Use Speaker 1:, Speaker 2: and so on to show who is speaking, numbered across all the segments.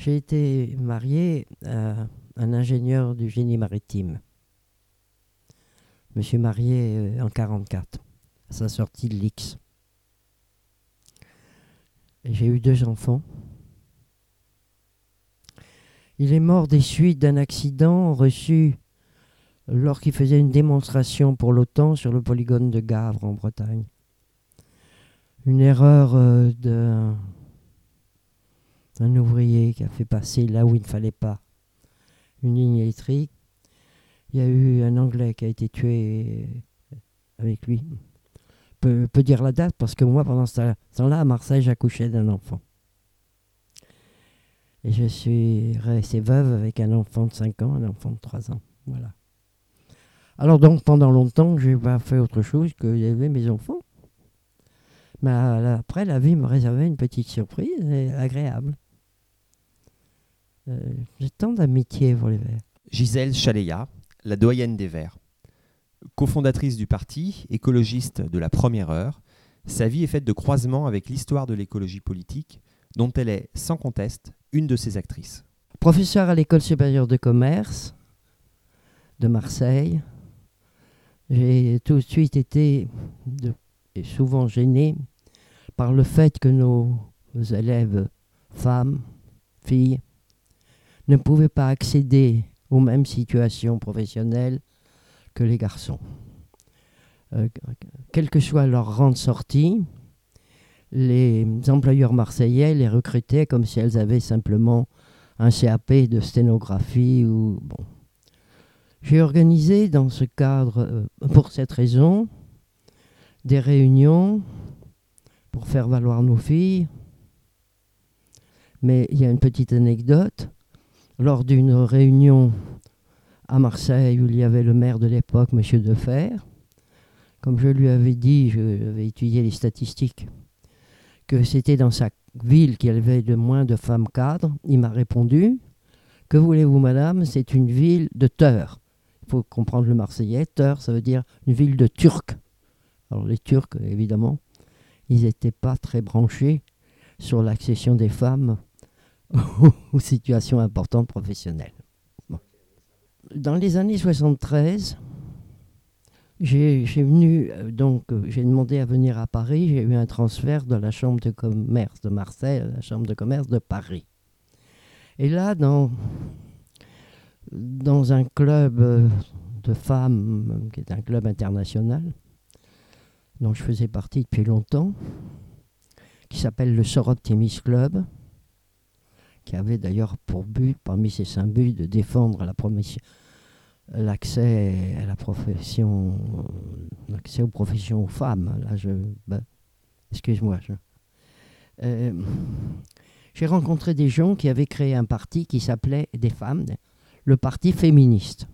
Speaker 1: J'ai été marié à un ingénieur du génie maritime. Je me suis marié en 1944, à sa sortie de l'X. Et j'ai eu 2 enfants. Il est mort des suites d'un accident reçu lorsqu'il faisait une démonstration pour l'OTAN sur le polygone de Gavre en Bretagne. Une erreur d'un ouvrier qui a fait passer là où il ne fallait pas une ligne électrique. Il y a eu un Anglais qui a été tué avec lui. Je peux dire la date parce que moi, pendant ce temps-là, à Marseille, j'accouchais d'un enfant. Et je suis restée veuve avec un enfant de 5 ans, un enfant de 3 ans. Voilà. Alors donc, pendant longtemps, je n'ai pas fait autre chose que d'élever mes enfants. Mais après, la vie me réservait une petite surprise agréable. J'ai tant d'amitié pour les Verts.
Speaker 2: Gisèle Chaléa, la doyenne des Verts. Cofondatrice du parti, écologiste de la première heure, sa vie est faite de croisements avec l'histoire de l'écologie politique, dont elle est, sans conteste, une de ses actrices.
Speaker 1: Professeur à l'École supérieure de commerce de Marseille, j'ai tout de suite été et souvent gêné par le fait que nos élèves femmes, filles, ne pouvaient pas accéder aux mêmes situations professionnelles que les garçons. Quel que soit leur rang de sortie, les employeurs marseillais les recrutaient comme si elles avaient simplement un CAP de sténographie ou bon. J'ai organisé dans ce cadre, pour cette raison, des réunions pour faire valoir nos filles. Mais il y a une petite anecdote. Lors d'une réunion à Marseille où il y avait le maire de l'époque, M. Defer, comme je lui avais dit, j'avais étudié les statistiques, que c'était dans sa ville qu'il y avait de moins de femmes cadres, il m'a répondu « Que voulez-vous, madame, c'est une ville de teurs ». Il faut comprendre le marseillais. Teurs, ça veut dire une ville de Turcs. Alors les Turcs, évidemment, ils n'étaient pas très branchés sur l'accession des femmes aux situations importantes professionnelles. Bon. Dans les années 73, j'ai demandé à venir à Paris. J'ai eu un transfert de la Chambre de commerce de Marseille à la Chambre de commerce de Paris. Et là, dans un club de femmes, qui est un club international, dont je faisais partie depuis longtemps, qui s'appelle le Sor Optimis Club, qui avait d'ailleurs pour but, parmi ses 5 buts, de défendre l'accès à la profession, l'accès aux professions aux femmes. Là, excuse-moi. J'ai rencontré des gens qui avaient créé un parti qui s'appelait, des femmes, le Parti féministe.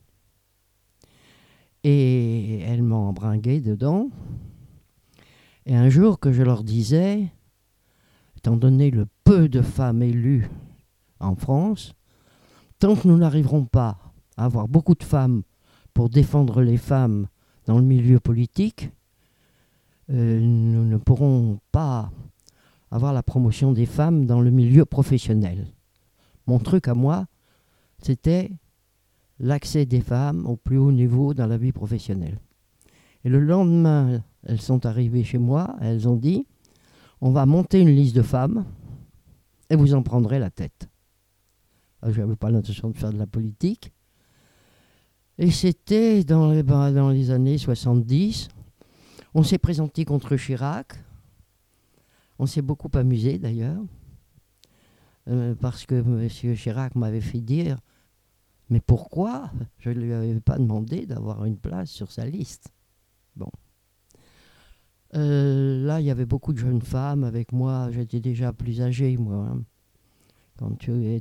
Speaker 1: Et elles m'ont embringué dedans. Et un jour que je leur disais, étant donné le peu de femmes élues en France, tant que nous n'arriverons pas à avoir beaucoup de femmes pour défendre les femmes dans le milieu politique, nous ne pourrons pas avoir la promotion des femmes dans le milieu professionnel. Mon truc à moi, c'était l'accès des femmes au plus haut niveau dans la vie professionnelle. Et le lendemain, elles sont arrivées chez moi, elles ont dit « On va monter une liste de femmes et vous en prendrez la tête. » Je n'avais pas l'intention de faire de la politique. Et c'était dans les années 70. On s'est présenté contre Chirac. On s'est beaucoup amusé d'ailleurs, parce que M. Chirac m'avait fait dire « Mais pourquoi je ne lui avais pas demandé d'avoir une place sur sa liste ?» Bon. Là, il y avait beaucoup de jeunes femmes avec moi. J'étais déjà plus âgé, moi. Hein. Quand tu es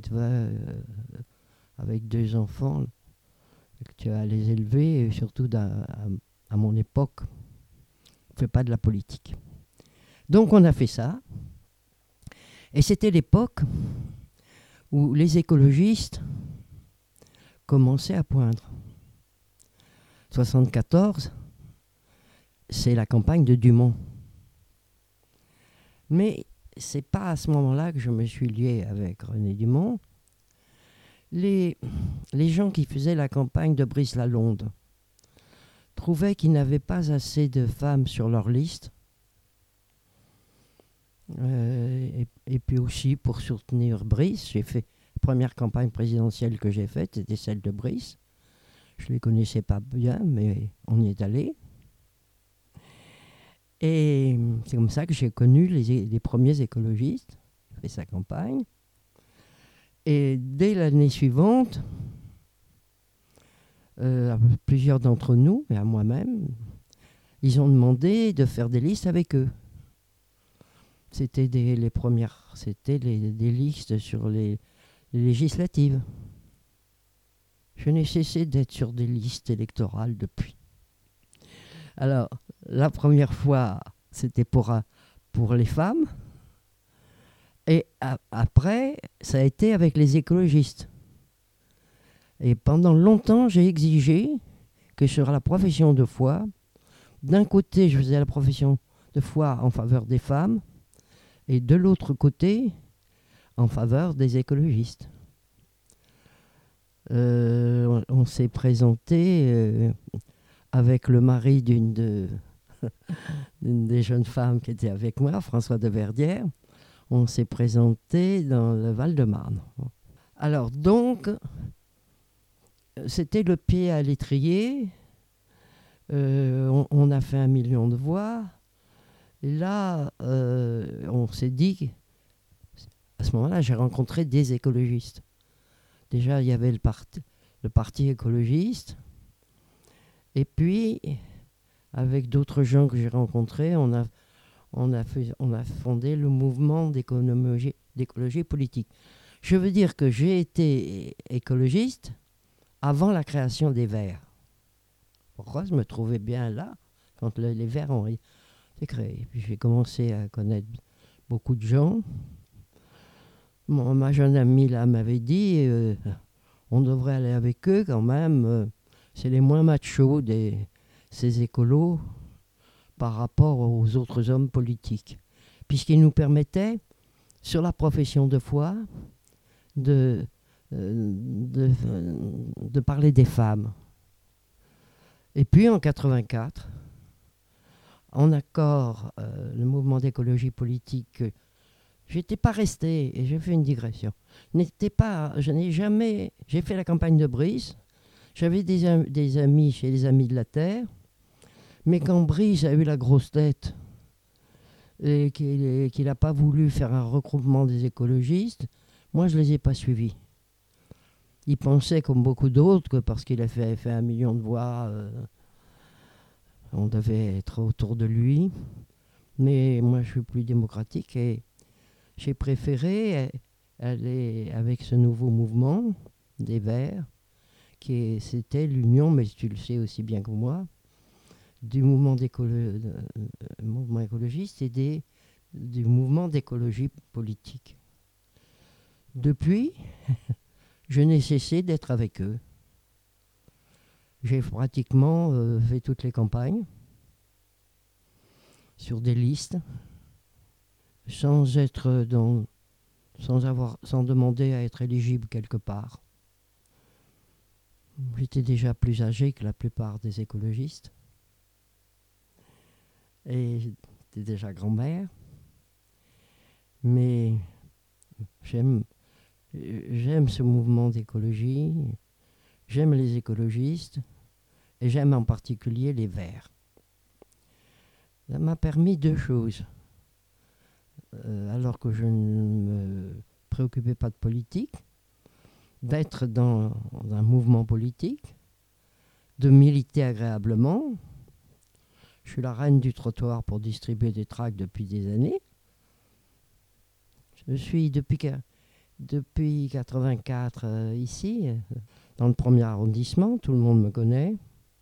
Speaker 1: avec 2 enfants, que tu as à les élever, et surtout à mon époque, on ne fait pas de la politique. Donc on a fait ça. Et c'était l'époque où les écologistes commençaient à poindre. 74, c'est la campagne de Dumont. Mais c'est pas à ce moment-là que je me suis lié avec René Dumont. Les gens qui faisaient la campagne de Brice Lalonde trouvaient qu'ils n'avaient pas assez de femmes sur leur liste. Et puis aussi pour soutenir Brice, j'ai fait la première campagne présidentielle que j'ai faite, c'était celle de Brice. Je ne les connaissais pas bien, mais on y est allé. Et c'est comme ça que j'ai connu les premiers écologistes, j'ai fait sa campagne. Et dès l'année suivante, plusieurs d'entre nous, et à moi-même, ils ont demandé de faire des listes avec eux. C'était des listes sur les législatives. Je n'ai cessé d'être sur des listes électorales depuis. Alors, la première fois, c'était pour les femmes. Et après, ça a été avec les écologistes. Et pendant longtemps, j'ai exigé que sur la profession de foi, d'un côté, je faisais la profession de foi en faveur des femmes, et de l'autre côté, en faveur des écologistes. On s'est présenté avec le mari d'une des jeunes femmes qui était avec moi, François de Verdière. On s'est présenté dans le Val-de-Marne. Alors donc, c'était le pied à l'étrier. On a fait 1 million de voix. Et là, on s'est dit, à ce moment-là, j'ai rencontré des écologistes. Déjà, il y avait le parti écologiste. Et puis, avec d'autres gens que j'ai rencontrés, on a fondé le mouvement d'écologie politique. Je veux dire que j'ai été écologiste avant la création des Verts. Pourquoi je me trouvais bien là quand les Verts ont été créés. Puis j'ai commencé à connaître beaucoup de gens. Ma jeune amie là m'avait dit on devrait aller avec eux quand même. C'est les moins machos ces écolos par rapport aux autres hommes politiques. Puisqu'ils nous permettaient, sur la profession de foi, de parler des femmes. Et puis en 84, en accord, le mouvement d'écologie politique, j'étais pas resté, et j'ai fait une digression. J'ai fait la campagne de Brice, j'avais des amis chez les Amis de la Terre, mais quand Brice a eu la grosse tête et qu'il n'a pas voulu faire un regroupement des écologistes, moi je ne les ai pas suivis. Il pensait, comme beaucoup d'autres, que parce qu'il a fait 1 million de voix, on devait être autour de lui. Mais moi, je suis plus démocratique et j'ai préféré aller avec ce nouveau mouvement des Verts, c'était l'union, mais tu le sais aussi bien que moi, du mouvement écologiste et du mouvement d'écologie politique. Depuis, je n'ai cessé d'être avec eux. J'ai pratiquement fait toutes les campagnes sur des listes, sans demander à être éligible quelque part. J'étais déjà plus âgé que la plupart des écologistes. Et j'étais déjà grand-mère. Mais j'aime ce mouvement d'écologie, j'aime les écologistes, et j'aime en particulier les Verts. Ça m'a permis 2 choses. Alors que je ne me préoccupais pas de politique, d'être dans un mouvement politique, de militer agréablement. Je suis la reine du trottoir pour distribuer des tracts depuis des années. Je suis depuis 1984 ici, dans le 1er arrondissement, tout le monde me connaît.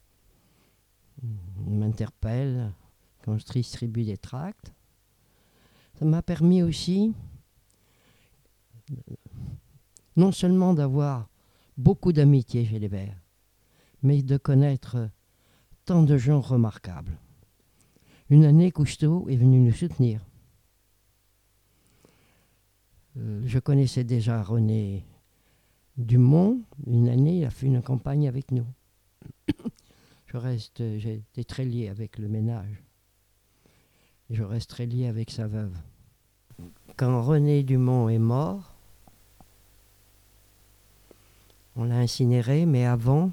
Speaker 1: On m'interpelle quand je distribue des tracts. Ça m'a permis aussi non seulement d'avoir beaucoup d'amitié chez les Verts, mais de connaître tant de gens remarquables. Une année, Cousteau est venu nous soutenir. Je connaissais déjà René Dumont. Une année, il a fait une campagne avec nous. J'ai été très lié avec le ménage. Et je reste très lié avec sa veuve. Quand René Dumont est mort, on l'a incinéré, mais avant,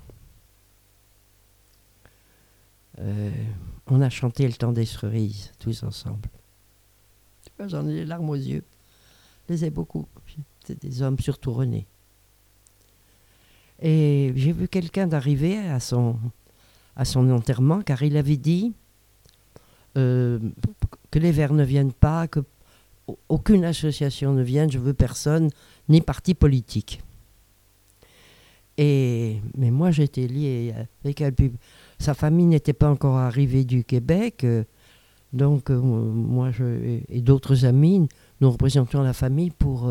Speaker 1: on a chanté Le Temps des cerises, tous ensemble. J'en ai les larmes aux yeux. Je les ai beaucoup. C'est des hommes, surtout René. Et j'ai vu quelqu'un d'arriver à son enterrement, car il avait dit que les Verts ne viennent pas, que aucune association ne vienne, je veux personne, ni parti politique. Mais moi, j'étais lié avec elle. Sa famille n'était pas encore arrivée du Québec, donc moi et d'autres amis, nous représentions la famille pour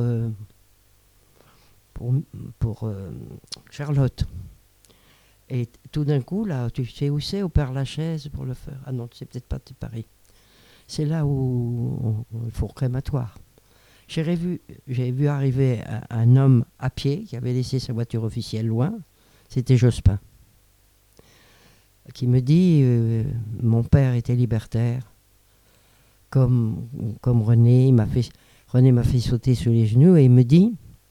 Speaker 1: Charlotte. Et tout d'un coup, là, tu sais où c'est, au Père-Lachaise pour le faire. Ah non, c'est peut-être pas de Paris. C'est là où il faut crématoire. J'ai vu arriver un homme à pied qui avait laissé sa voiture officielle loin. C'était Jospin. Qui me dit mon père était libertaire. Comme René, René m'a fait sauter sur les genoux et il me dit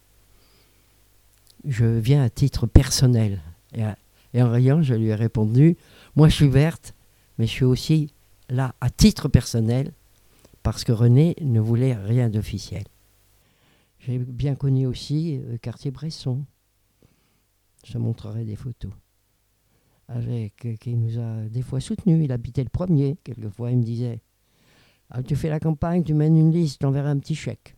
Speaker 1: je viens à titre personnel. Et en riant, je lui ai répondu moi je suis verte, mais je suis aussi là à titre personnel parce que René ne voulait rien d'officiel. J'ai bien connu aussi Cartier-Bresson. Je montrerai des photos. Qui nous a des fois soutenus. Il habitait le premier. Quelquefois, il me disait tu fais la campagne, tu mènes une liste, tu enverras un petit chèque.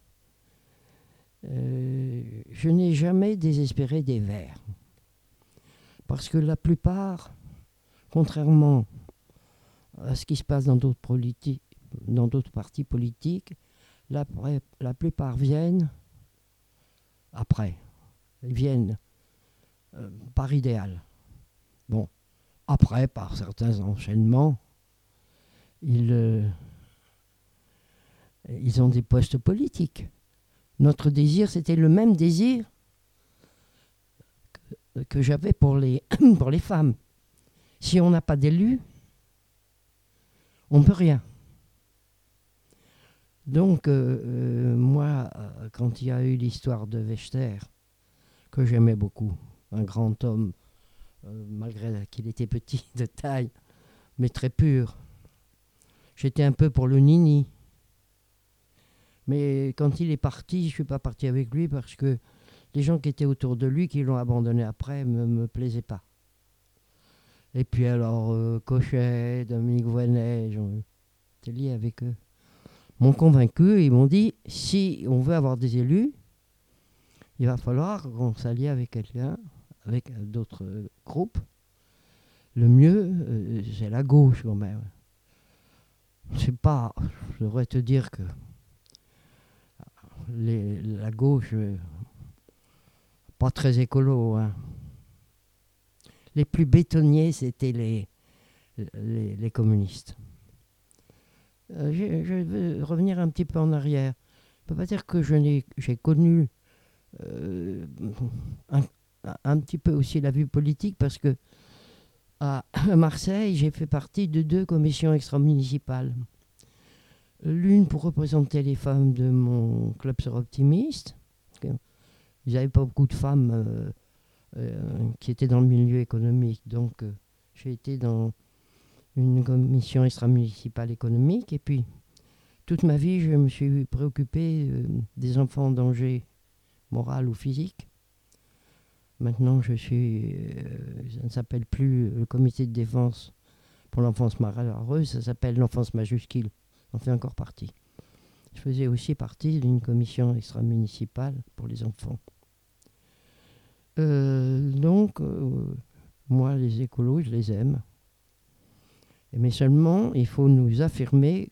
Speaker 1: Je n'ai jamais désespéré des Verts. Parce que la plupart, contrairement à ce qui se passe dans d'autres partis politiques, la plupart viennent après. Ils viennent par idéal. Bon, après, par certains enchaînements, ils ont des postes politiques. Notre désir, c'était le même désir que j'avais pour les femmes. Si on n'a pas d'élus, on ne peut rien. Donc, moi, quand il y a eu l'histoire de Wechter, que j'aimais beaucoup, un grand homme, malgré qu'il était petit de taille, mais très pur, j'étais un peu pour le nini. Mais quand il est parti, je ne suis pas parti avec lui parce que les gens qui étaient autour de lui, qui l'ont abandonné après, ne me plaisaient pas. Et puis alors, Cochet, Dominique Voynet, j'étais lié avec eux, m'ont convaincu, ils m'ont dit, si on veut avoir des élus, il va falloir qu'on s'allie avec quelqu'un, avec d'autres groupes. Le mieux, c'est la gauche quand même. Je devrais te dire que la gauche, pas très écolo. Hein. Les plus bétonniers, c'était les communistes. Je veux revenir un petit peu en arrière. Je ne peux pas dire que j'ai connu un petit peu aussi la vie politique parce que à Marseille, j'ai fait partie de 2 commissions extra-municipales. L'une pour représenter les femmes de mon club Sœurs Optimistes. Ils n'avaient pas beaucoup de femmes qui étaient dans le milieu économique. Donc, j'ai été dans une commission extra-municipale économique. Et puis, toute ma vie, je me suis préoccupé des enfants en danger moral ou physique. Maintenant, ça ne s'appelle plus le comité de défense pour l'enfance malheureuse, ça s'appelle l'enfance majuscule. On fait encore partie. Je faisais aussi partie d'une commission extra-municipale pour les enfants. Donc, moi, les écolos, je les aime. Mais seulement, il faut nous affirmer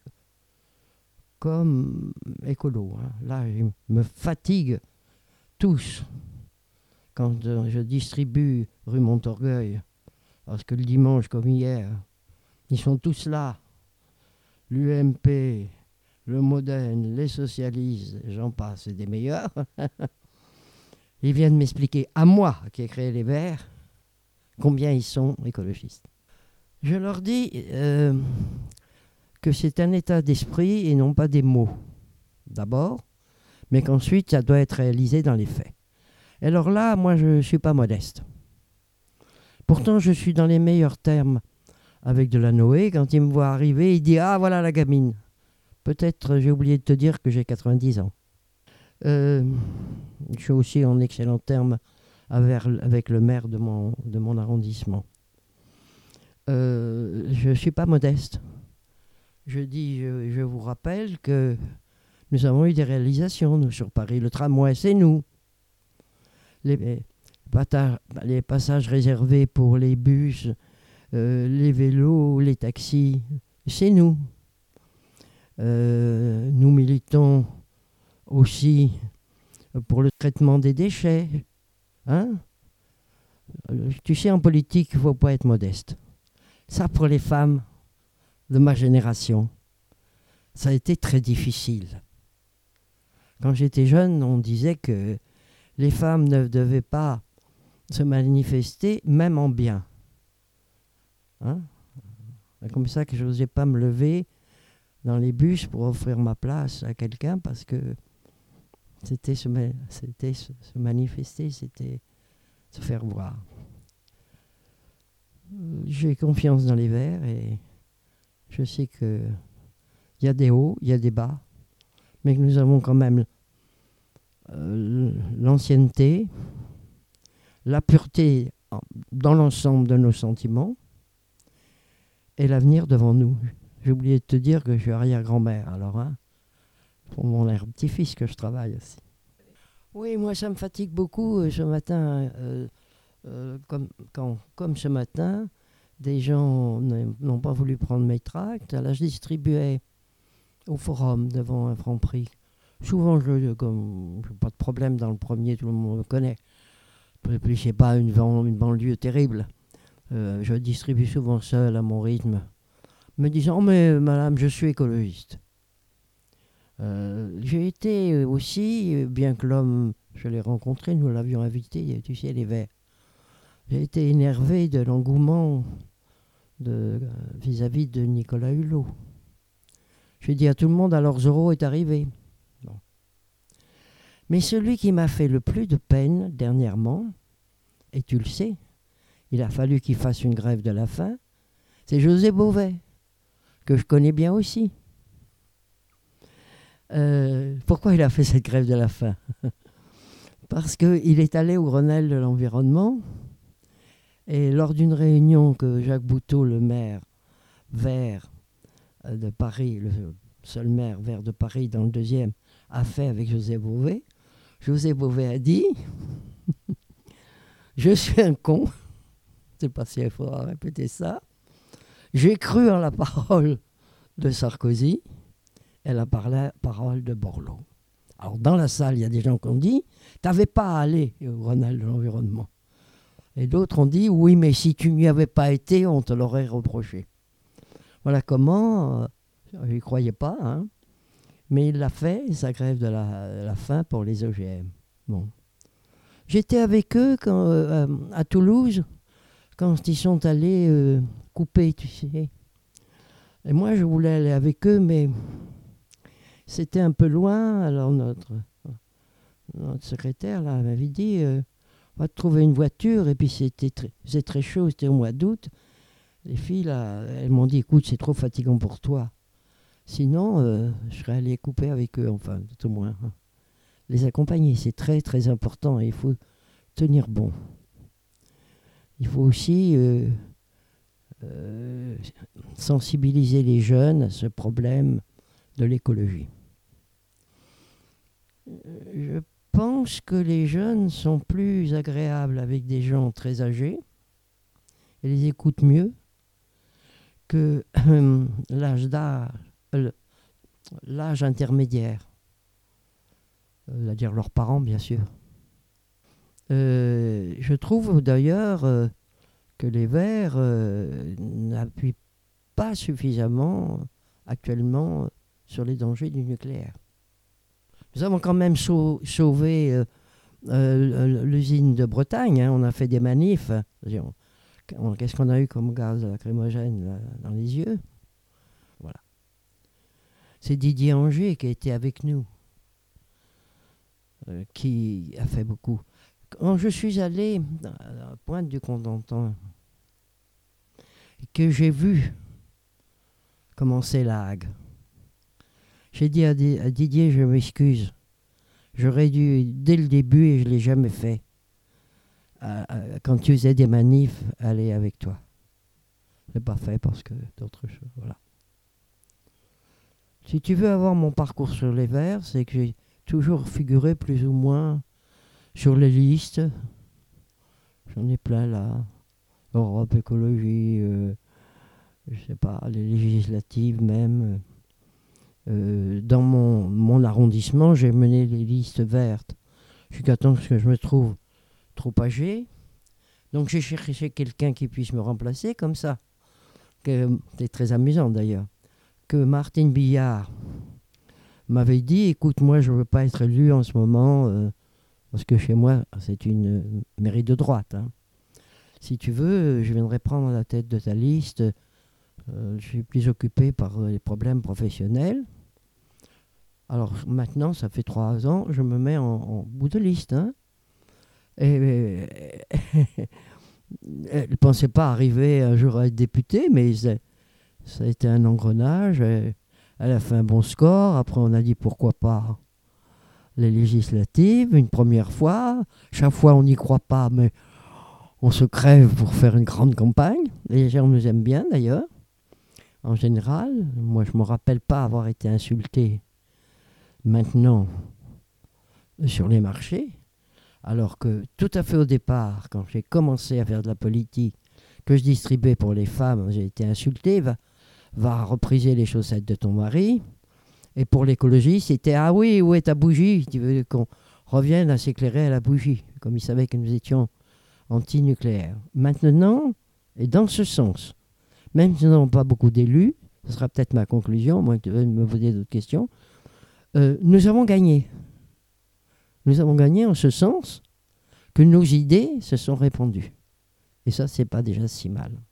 Speaker 1: comme écolos. Hein. Là, je me fatigue tous quand je distribue rue Montorgueil, parce que le dimanche, comme hier, ils sont tous là. L'UMP, le Modène, les socialistes, j'en passe, et des meilleurs. Ils viennent m'expliquer, à moi qui ai créé les Verts, combien ils sont écologistes. Je leur dis que c'est un état d'esprit et non pas des mots, d'abord, mais qu'ensuite ça doit être réalisé dans les faits. Et alors là, moi je ne suis pas modeste. Pourtant je suis dans les meilleurs termes avec Delanoë. Quand il me voit arriver, il dit « Ah voilà la gamine ». Peut-être j'ai oublié de te dire que j'ai 90 ans. Je suis aussi en excellent terme avec le maire de mon arrondissement. Je ne suis pas modeste. Je vous rappelle que nous avons eu des réalisations, nous, sur Paris. Le tramway, c'est nous. Les passages réservés pour les bus, les vélos, les taxis, c'est nous. Nous militons aussi pour le traitement des déchets. Hein? Tu sais, en politique, il ne faut pas être modeste. Ça, pour les femmes de ma génération, ça a été très difficile. Quand j'étais jeune, on disait que les femmes ne devaient pas se manifester, même en bien. Hein? C'est comme ça que je n'osais pas me lever dans les bus pour offrir ma place à quelqu'un, parce que c'était se manifester, c'était se faire voir. J'ai confiance dans les Verts et je sais qu'il y a des hauts, il y a des bas, mais que nous avons quand même l'ancienneté, la pureté dans l'ensemble de nos sentiments et l'avenir devant nous. J'ai oublié de te dire que je suis arrière-grand-mère, alors pour mon petit-fils que je travaille aussi. Oui, moi ça me fatigue beaucoup ce matin, comme ce matin, des gens n'ont pas voulu prendre mes tracts. Alors je distribuais au forum devant un Franprix. Souvent, je n'ai pas de problème dans le premier, tout le monde me connaît. Puis c'est pas une banlieue terrible. Je distribue souvent seul à mon rythme, me disant « Mais madame, je suis écologiste ». J'ai été aussi, bien que l'homme, je l'ai rencontré, nous l'avions invité, tu sais, les Verts. J'ai été énervé de l'engouement vis-à-vis de Nicolas Hulot. J'ai dit à tout le monde, alors Zorro est arrivé. Bon. Mais celui qui m'a fait le plus de peine dernièrement, et tu le sais, il a fallu qu'il fasse une grève de la faim, c'est José Bové, que je connais bien aussi. Pourquoi il a fait cette grève de la faim? Parce qu'il est allé au Grenelle de l'environnement et lors d'une réunion que Jacques Bouteau, le maire vert de Paris, le seul maire vert de Paris dans le deuxième, a fait avec José Bové, José Bové a dit « Je suis un con », je ne sais pas si il faudra répéter ça, j'ai cru en la parole de Sarkozy et la parole de Borloo. Alors dans la salle, il y a des gens qui ont dit « T'avais pas à aller au Grenelle de l'environnement ». Et d'autres ont dit « Oui, mais si tu n'y avais pas été, on te l'aurait reproché ». Voilà comment, je n'y croyais pas, hein, mais il l'a fait, sa grève de la faim pour les OGM. Bon. J'étais avec eux à Toulouse, quand ils sont allés couper, tu sais. Et moi, je voulais aller avec eux, mais c'était un peu loin. Alors notre secrétaire là, m'avait dit on va te trouver une voiture. Et puis c'était très chaud, c'était au mois d'août. Les filles, là, elles m'ont dit écoute, c'est trop fatigant pour toi. Sinon, je serais allé couper avec eux, enfin, tout au moins. Hein. Les accompagner, c'est très, très important. Et il faut tenir bon. Il faut aussi sensibiliser les jeunes à ce problème de l'écologie. Je pense que les jeunes sont plus agréables avec des gens très âgés et les écoutent mieux que l'âge intermédiaire, c'est-à-dire leurs parents, bien sûr. Je trouve d'ailleurs que les Verts n'appuient pas suffisamment actuellement sur les dangers du nucléaire. Nous avons quand même sauvé l'usine de Bretagne. Hein. On a fait des manifs. Qu'est-ce qu'on a eu comme gaz lacrymogène là, dans les yeux? Voilà. C'est Didier Anger qui a été avec nous, qui a fait beaucoup. Quand je suis allé à la pointe du Cotentin, que j'ai vu commencer la Hague, j'ai dit à Didier, je m'excuse. J'aurais dû, dès le début, et je ne l'ai jamais fait, quand tu faisais des manifs, aller avec toi. Je ne l'ai pas fait parce que d'autres choses. Voilà. Si tu veux avoir mon parcours sur les Verts, c'est que j'ai toujours figuré plus ou moins sur les listes. J'en ai plein là. Europe Écologie, je sais pas, les législatives même. Dans mon arrondissement, j'ai mené les listes vertes. Jusqu'à temps que je me trouve trop âgé. Donc j'ai cherché quelqu'un qui puisse me remplacer comme ça. C'est très amusant d'ailleurs. Que Martine Billard m'avait dit, écoute, moi je ne veux pas être élu en ce moment, parce que chez moi c'est une mairie de droite. Hein. Si tu veux, je viendrai prendre la tête de ta liste. Je suis plus occupé par les problèmes professionnels. Alors maintenant, ça fait 3 ans, je me mets en bout de liste. Hein. Et elle ne pensait pas arriver un jour à être députée, mais ça a été un engrenage. Elle a fait un bon score. Après, on a dit pourquoi pas les législatives, une première fois. Chaque fois, on n'y croit pas, mais on se crève pour faire une grande campagne. Les gens nous aiment bien, d'ailleurs. En général, moi, je ne me rappelle pas avoir été insulté maintenant sur les marchés, alors que tout à fait au départ, quand j'ai commencé à faire de la politique, que je distribuais pour les femmes, j'ai été insulté, va repriser les chaussettes de ton mari. Et pour l'écologie, c'était ah oui, où est ta bougie? Tu veux qu'on revienne à s'éclairer à la bougie, comme ils savaient que nous étions anti-nucléaires. Maintenant, et dans ce sens, même si nous n'avons pas beaucoup d'élus, ce sera peut-être ma conclusion, moi que tu veux me poser d'autres questions, nous avons gagné. Nous avons gagné en ce sens que nos idées se sont répandues. Et ça, c'est pas déjà si mal.